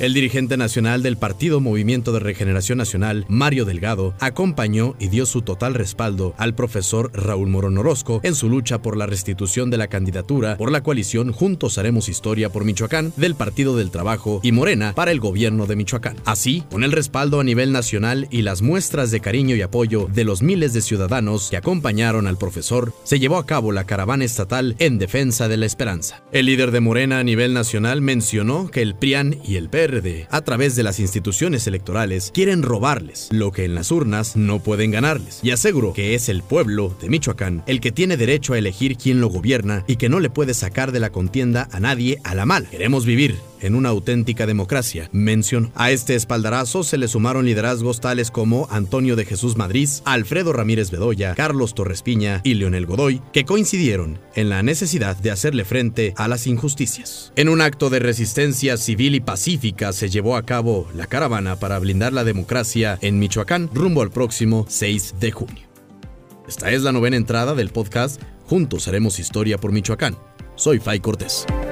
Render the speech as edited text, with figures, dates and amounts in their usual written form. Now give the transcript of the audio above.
El dirigente nacional del Partido Movimiento de Regeneración Nacional, Mario Delgado, acompañó y dio su total respaldo al profesor Raúl Morón Orozco en su lucha por la restitución de la candidatura por la coalición Juntos Haremos Historia por Michoacán del Partido del Trabajo y Morena para el gobierno de Michoacán. Así, con el respaldo a nivel nacional y las muestras de cariño y apoyo de los miles de ciudadanos que acompañaron al profesor, se llevó a cabo la caravana estatal en defensa de la esperanza. El líder de Morena a nivel nacional mencionó que el PRIAN y el PRD, a través de las instituciones electorales, quieren robarles lo que en las urnas no pueden ganarles, y aseguró que es el pueblo de Michoacán el que tiene derecho a elegir quién lo gobierna y que no le puede sacar de la contienda a nadie a la mala. Queremos vivir en una auténtica democracia, mencionó. A este espaldarazo se le sumaron liderazgos tales como Antonio de Jesús Madrid, Alfredo Ramírez Bedoya, Carlos Torres Piña y Leonel Godoy, que coincidieron en la necesidad de hacerle frente a las injusticias. En un acto de resistencia civil y pacífica se llevó a cabo la caravana para blindar la democracia en Michoacán rumbo al próximo 6 de junio. Esta es la 9ª entrada del podcast Juntos Haremos Historia por Michoacán. Soy Fay Cortés.